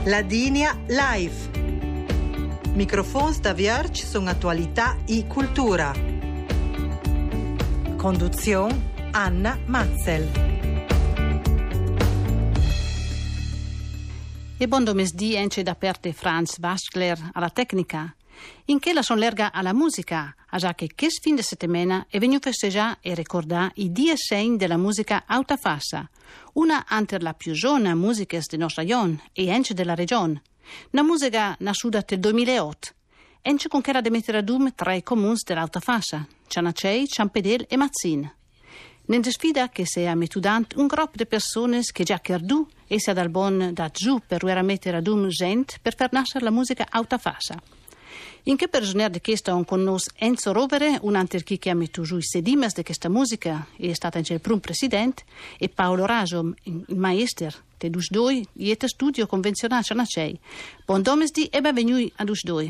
Ladinia Live. Microfons da Vierge sono attualità e cultura. Conduzione Anna Mazzel. E buon domesdì ence da parte Franz Waschler alla tecnica. In che la son lerga alla musica, a già che fin de settimana è venuto festeggiare e ricordare i 10 della musica autafassa, una ante la più giovane musica del nostro regione e ence della regione. Una musica nasciuta nel 2008, ence con che era da mettere ad tra i comuni dell'autafassa, Cianacei, Ciampedel e Mazzin. Nella sfida che si è mettudant un gruppo di persone che già cherdù e si è dal bon da giù per mettere ad gente per far nascere la musica autafassa. In che personaggio di questa on conosce Enzo Rovere, un anterchi che ha messo giù i sedimes di questa musica e è stato anche il primo presidente, e Paolo Raso, il maestro di dus doi, iete studio convenzionale Cianacei. Buon domesdì e benvenuti a dus doi.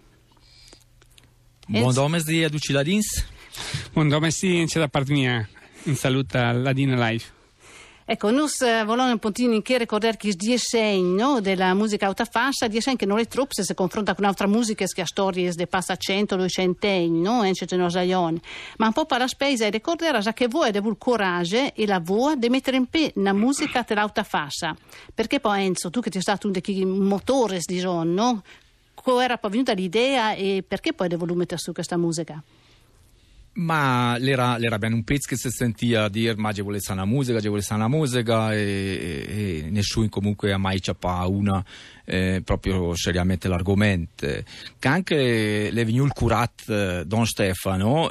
Buon domesdì a tutti i ladins. Buon domesdì anche da parte mia. Un saluto a Ladina Live. Ecco, noi vogliamo un pochino che ricordare che 10 no, della musica autafassa, 10 che non è troppo se si confronta con altre musiche che ha storie di passa 100-200 anni, no? Ma un po' per la spesa e ricordare che voi avete il coraggio e la voce di mettere in pe una musica dell'autafassa. Perché poi Enzo, tu che sei stato uno dei motori, diciamo, no? Come era poi venuta l'idea e perché poi hai voluto mettere su questa musica? Ma l'era bene un pezzo che si sentia dire ma ci vuole una musica e nessuno comunque ha mai ciappato una proprio seriamente l'argomento che anche le venuto il curat Don Stefano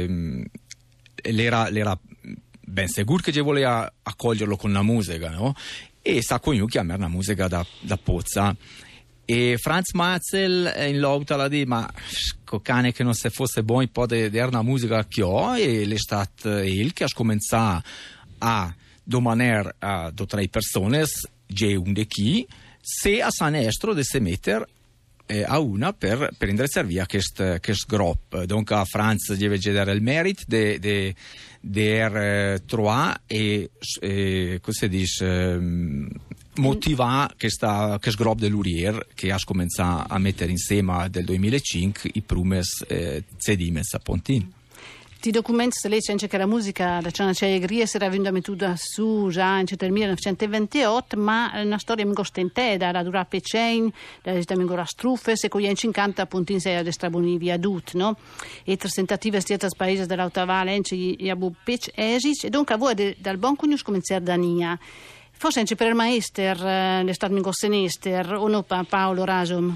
l'era ben sicuro che ci voleva accoglierlo con la musica, no? E sa con io chiamare una musica da pozza. E Franz Mazzel in l'auto la di ma cane che non se fosse buono può dare una musica che ho e l'è stato il che ha cominciato a domanare a tre persone già un de chi se a San Estro de se mettere a una per prendere via questo gruppo. Donc a Franz deve dare il merito di trovare e come si dice motivare questo gruppo dell'Urier che ha cominciato a mettere insieme del 2005 i primi sedimes a Pontin. Ti documenti se lei c'è anche che la musica da Cianacei e Gries era venuta mettuta su già in 1928, ma una storia mi costente da durare Pecen, da Mingora Struffe, se con gli incanta Pontin sei a Destraboni viadut, no? E tre tentative stiate al paese dell'Autavalle, e a Pec Esis, e dunque a voi dal buon cunius cominciare da Nia. Forse anche per il maester, l'estate mingossenester, o no Paolo Rasom?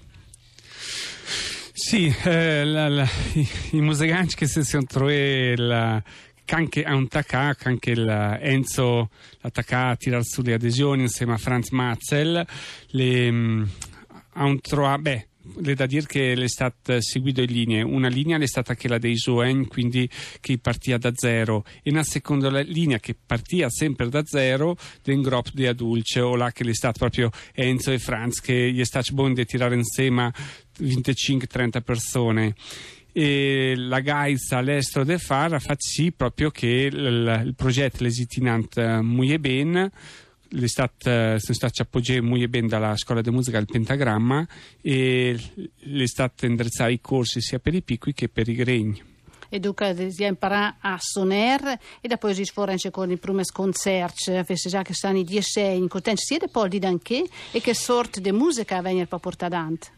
Sì, i musicanti che si sono trovati anche a un tacà, anche Enzo l'attacca a tirare su le adesioni insieme a Franz Mazzel, a un trovato, le da dire che le è stata seguita in linee. Una linea è stata quella dei Zoen, quindi che partia da zero, e una seconda linea che partia sempre da zero del gruppo di adulti, o là che le è stato proprio Enzo e Franz che gli è stato buono di tirare insieme 25-30 persone. E la Gaisa all'estero de far ha fatto sì proprio che il progetto l'esitinante molto bene. Sono stati appoggiati molto bene dalla scuola di musica del Pentagramma e le state indirizzati i corsi sia per i piccoli che per i gregni. E dunque si imparare a suonare e dopo si sfora anche con i primi concerti, fesse già che stanno i 10 in contenti, siete poi di anche e che sorta di musica venire per portare avanti?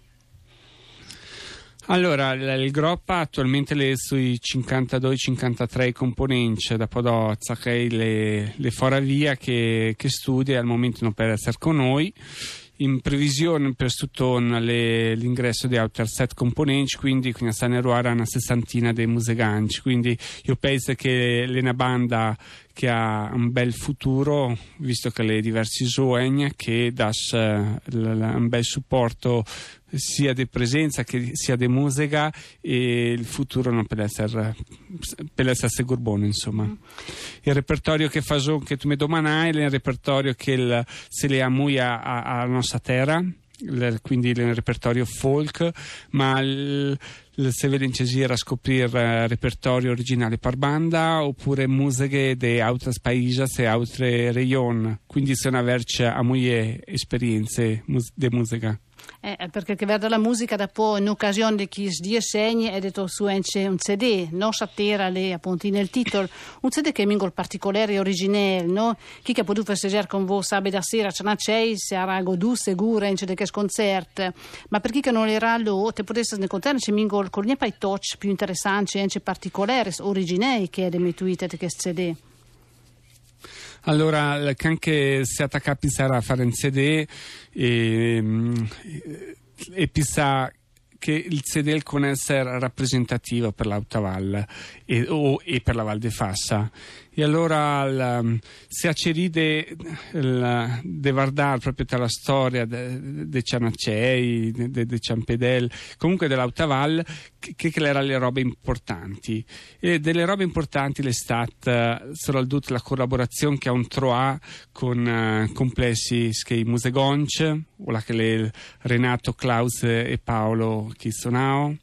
Allora, il gruppo attualmente è sui 52-53 componenti, dopo le foravia che studia al momento non per essere con noi. In previsione per tutto l'ingresso di altri 7 componenti, quindi a Neruara una 60 dei musicanti, quindi io penso che è una banda che ha un bel futuro, visto che le diversi giovani che dà un bel supporto sia di presenza che sia di musica, e il futuro non per essere sicuro buono, insomma. Il repertorio che fa che tu mi domandai è il repertorio che se le amuia alla nostra terra, quindi il repertorio folk, ma se vede incesire a scoprire repertorio originale per banda oppure musiche di altri paesi e altre regioni, quindi sono averci a molte esperienze di musica. Perché che vede la musica dopo in occasione di chi si segni è detto su un CD, non satira lì appunto nel titolo, un CD che è mingo particolare e originale, no? Chi che ha potuto festeggiare con voi sabato sera ce n'è se ha goduto sicuro in CD che sconcerto, ma per chi che non era lo te potesse ne contare c'è mingo con gli poi touch più interessanti e particolari originali che è demetuite che CD. Allora, anche se attaccapi sarà a fare un CD e pensa che il CD con essere rappresentativo per l'Autavalle e per la Val di Fassa. E allora se acceride de guardare proprio tra la storia de Cianacei, de Ciampedel, comunque dell'Autavalle, che erano le robe importanti. E delle robe importanti le state soprattutto la collaborazione che ha un troa con complessi che i Musegonce, o la che le Renato, Klaus e Paolo che suonano.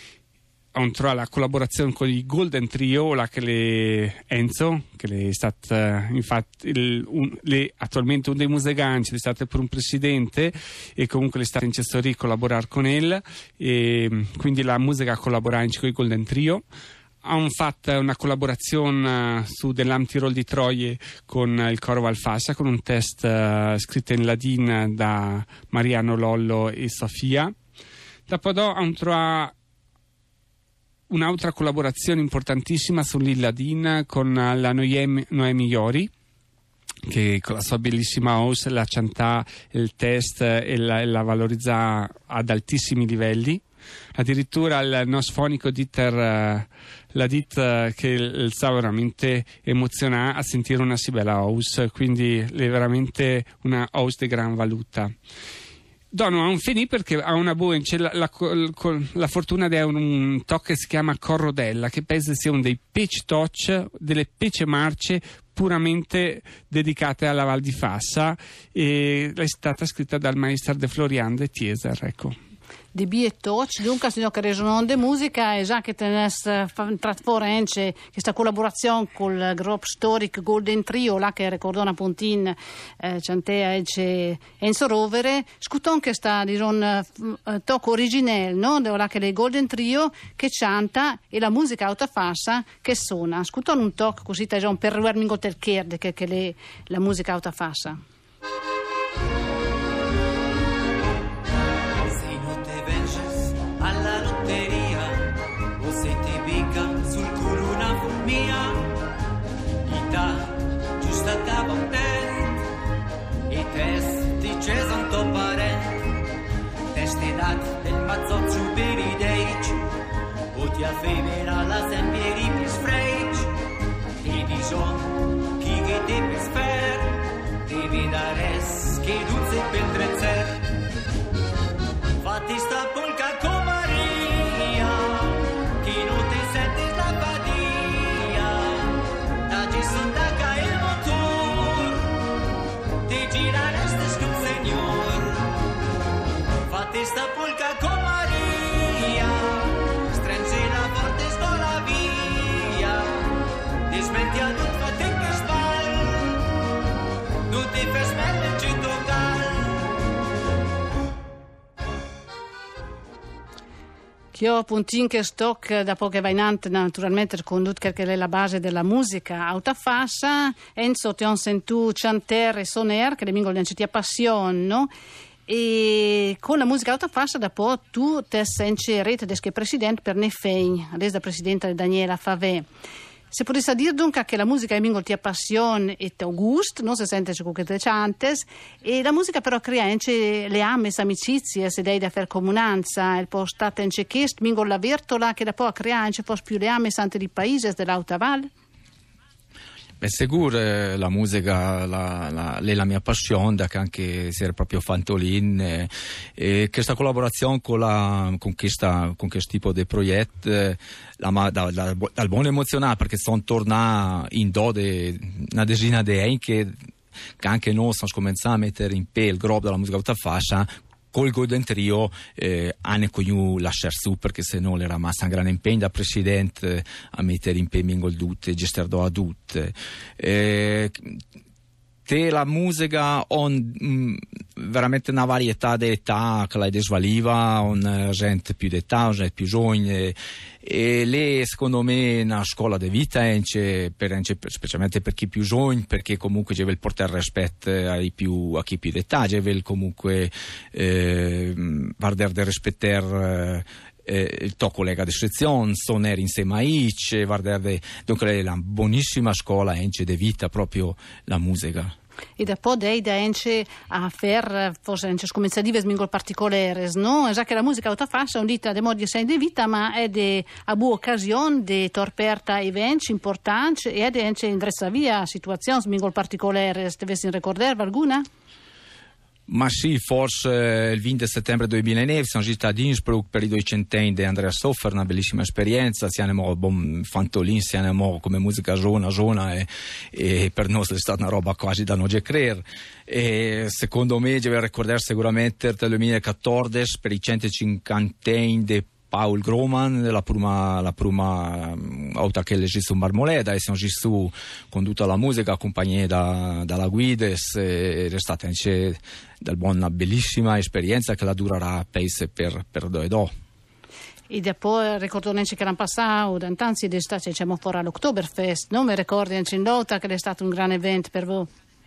La collaborazione con i Golden Trio, la che le Enzo, che le è stata infatti attualmente uno dei musicanti, è stato per un presidente e comunque le è stato necessario collaborare con lui, e quindi la musica collabora con i Golden Trio. Hanno fatto una collaborazione su dell'Amtirol di Troie con il coro Valfassa, con un test scritto in ladino da Mariano Lollo e Sofia. Dopo hanno trovato un'altra collaborazione importantissima sull'Illadin con la Noemi Iori, che con la sua bellissima house la canta il test e la valorizza ad altissimi livelli. Addirittura il nosfonico Dieter la dit che il sa veramente emozionare a sentire una sì bella house, quindi è veramente una house di gran valuta. Dono ha un finì perché ha una buona la fortuna di avere un tocco che si chiama Corrodella, che penso sia uno dei pitch touch delle pece marce puramente dedicate alla Val di Fassa, e è stata scritta dal maestro de Florian de Tieser, ecco. Di Bietoc, dunque signor che resono de musica e già che tenes trat forense questa collaborazione col gruppo storico Golden Trio là che ricordò una puntin Ciantea e Enzo Rovere, scuton che sta di un tocco originale, no? Là che le Golden Trio che canta e la musica autafassa che suona, scuton un tocco così per ruarmi il chierde che la musica autafassa. Del mazzozzo per i deici, o ti affevera la sempieri per sfreici, e di son chi che te per sfer, devi dare che duzze per trezzer. Fatti sta polca con Maria, chi non te sente la fatia, da ci son da cae il motor, ti giraresti con signor. Fatti sta polca con Maria, stringi la forte scola via, ti smetti a non fate per sbal, non ti fai smelle ci toccare. Io puntin che stock da poche vainante naturalmente condotto che è la base della musica autafassa. Enzo ti ho sentito cantare e soner che le mingole ci ti appassionano. E con la musica autafassa dopo tu ti sei rete desche presidente per Nefein, adesso da presidente Daniela Favè. Se potessi dire dunque che la musica è mingo ti appassiona e ti gusta, non si sente ciò che ti chantes, e la musica però crea anche le ames, amicizie, se dei da fare comunanza, il po' stata anche chiesto, mingo la vertola che da poi crea anche forse più le ames ante di paesi dell'Autavalle. Beh, sicuro la musica è la mia passione, da che anche se era proprio Fantolin, e questa collaborazione con questo tipo di progetto dal buon emozionale, perché sono tornato in una decina di anni che anche noi stiamo cominciando a mettere in pe il gruppo della musica autafassa colgo dentro io anche con io lasciare su, perché se no era massa un grande impegno da presidente a mettere impegni in goldute, gestire a tutte. La musica on veramente una varietà di età che la desvaliva, on gente più d'età, gente più giovane, e lì secondo me una scuola di vita specialmente per chi più giovane, perché comunque deve portare rispetto a chi più d'età, deve comunque guardare di rispettare il tuo collega di sezione, sonare insieme a Ice, dunque è una buonissima scuola di vita proprio la musica. E dopo dei da ence a fer forse ence scomenzative smingol particolares, no? È già che la musica autofassa un dita de modi di vita, ma è de a bu occasione de torperta eventi importanti e è de ence indressa via situazioni smingol particolares. Dovessi ricordare alguna? Ma sì, forse il 20 settembre 2009 siamo stati ad Innsbruck per i 200 anni di Andrea Soffer, una bellissima esperienza, siamo fantolini, siamo come musica zona e per noi è stata una roba quasi da non credere. E secondo me deve ricordare sicuramente il 2014 per i 150 anni di Paul Groman, la prima auto che leggi su Marmoleda, e siamo su con tutta la musica accompagnata dalla Guides, ed è stata una bellissima esperienza che la durerà per do e do. E dopo ricordo che l'anno passato, da tanti d'estate, siamo fuori all'Oktoberfest, non mi ricordo anche in Dota che è stato un gran evento per voi.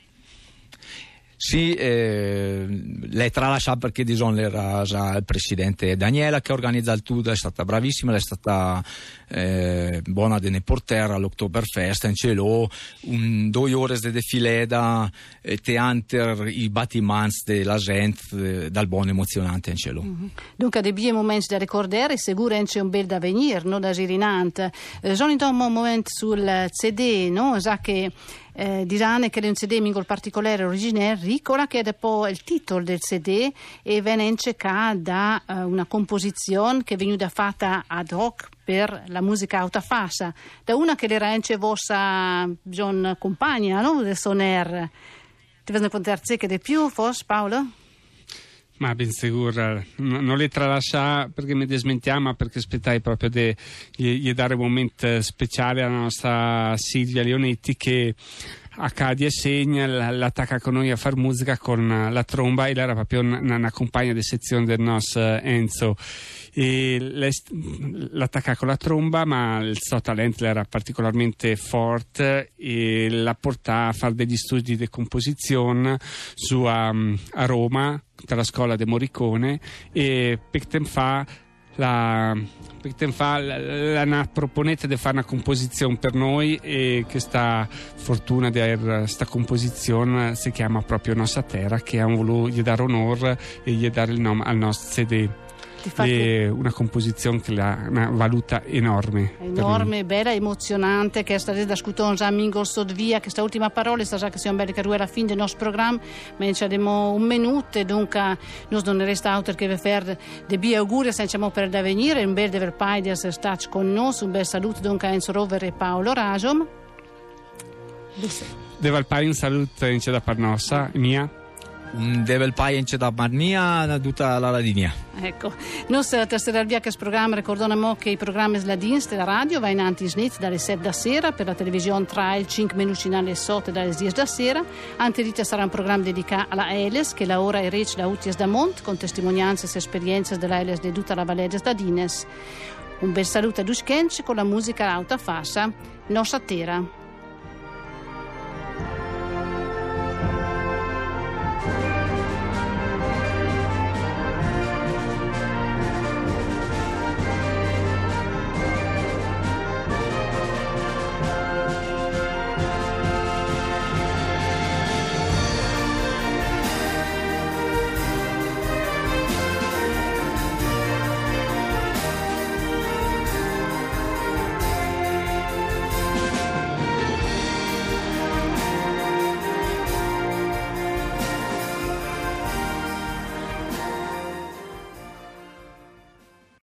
Sì, lei tralascia perché era già il presidente Daniela che organizza il tutto, è stata bravissima, è stata buona di portare all'Oktoberfest, in cielo 2 ore di defilé da teanter i battiments della gente, dal buon emozionante in cielo. Mm-hmm. Dunque dei bei momenti da ricordare, sicuro c'è un bel da venire, no, da girinante. Sono in un momento sul CD, no, già che diranno che è un CD in particolare originario ricola, che è dopo il titolo del CD e viene cercata da una composizione che è venuta fatta ad hoc per la musica autofassa, da una che era anche vostra compagna, no, del Soner. Ti vuoi raccontare che di più, forse, Paolo? Ma ben sicuro, non le tralascia perché mi desmentiamo, perché aspettai proprio di dare un momento speciale alla nostra Silvia Leonetti, che a Cadia segna l'attacca con noi a far musica con la tromba, e lei era proprio una compagna di sezione del nostro Enzo, e lei l'attacca con la tromba, ma il suo talento era particolarmente forte e la portà a fare degli studi di composizione a Roma, tra la scuola di Morricone, e per tempo fa la proponete di fare una composizione per noi, e questa fortuna di avere questa composizione si chiama proprio Nostra Terra, che hanno voluto gli dare onore e gli dare il nome al nostro CD. È una composizione che ha una valuta enorme, bella, emozionante, che è stata da ascoltare già Mingol Sodvia. Questa ultima parola è stata che siamo belli che alla fine del nostro programma, ma ci abbiamo un minuto e dunque non ne resta altro che vi fare dei bei auguri senza per da venire, un bel dever pai di essere stati con noi, un bel saluto dunque a Enzo Rover e Paolo Rajom. Devo al pai un saluto in da Parnossa, mia. Un Devel Pai in da Marnia da tutta la Ladinia. Ecco, noi terremo via questo programma, ricordiamo che i programmi della Dienst della radio va in anti-snit dalle 7 da sera, per la televisione tra il 5 minuti alle 8 dalle 10 da sera. Anterita sarà un programma dedicato alla Eles, che lavora e recita da Utias da Mont, con testimonianze e esperienze della Eles di tutta la Valle da Dines. Un bel saluto a Duschenci con la musica autofassa Nostra Terra.